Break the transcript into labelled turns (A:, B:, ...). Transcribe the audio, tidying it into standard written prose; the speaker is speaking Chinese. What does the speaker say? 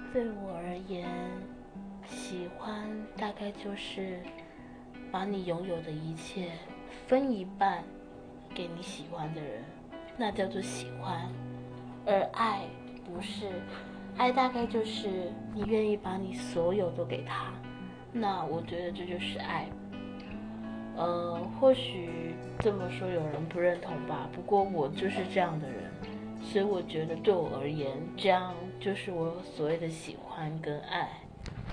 A: 对我而言，喜欢大概就是把你拥有的一切分一半给你喜欢的人，那叫做喜欢。而爱不是，爱大概就是你愿意把你所有都给他，那我觉得这就是爱。或许这么说有人不认同吧，不过我就是这样的人，所以我觉得对我而言，这样就是我所谓的喜欢跟爱。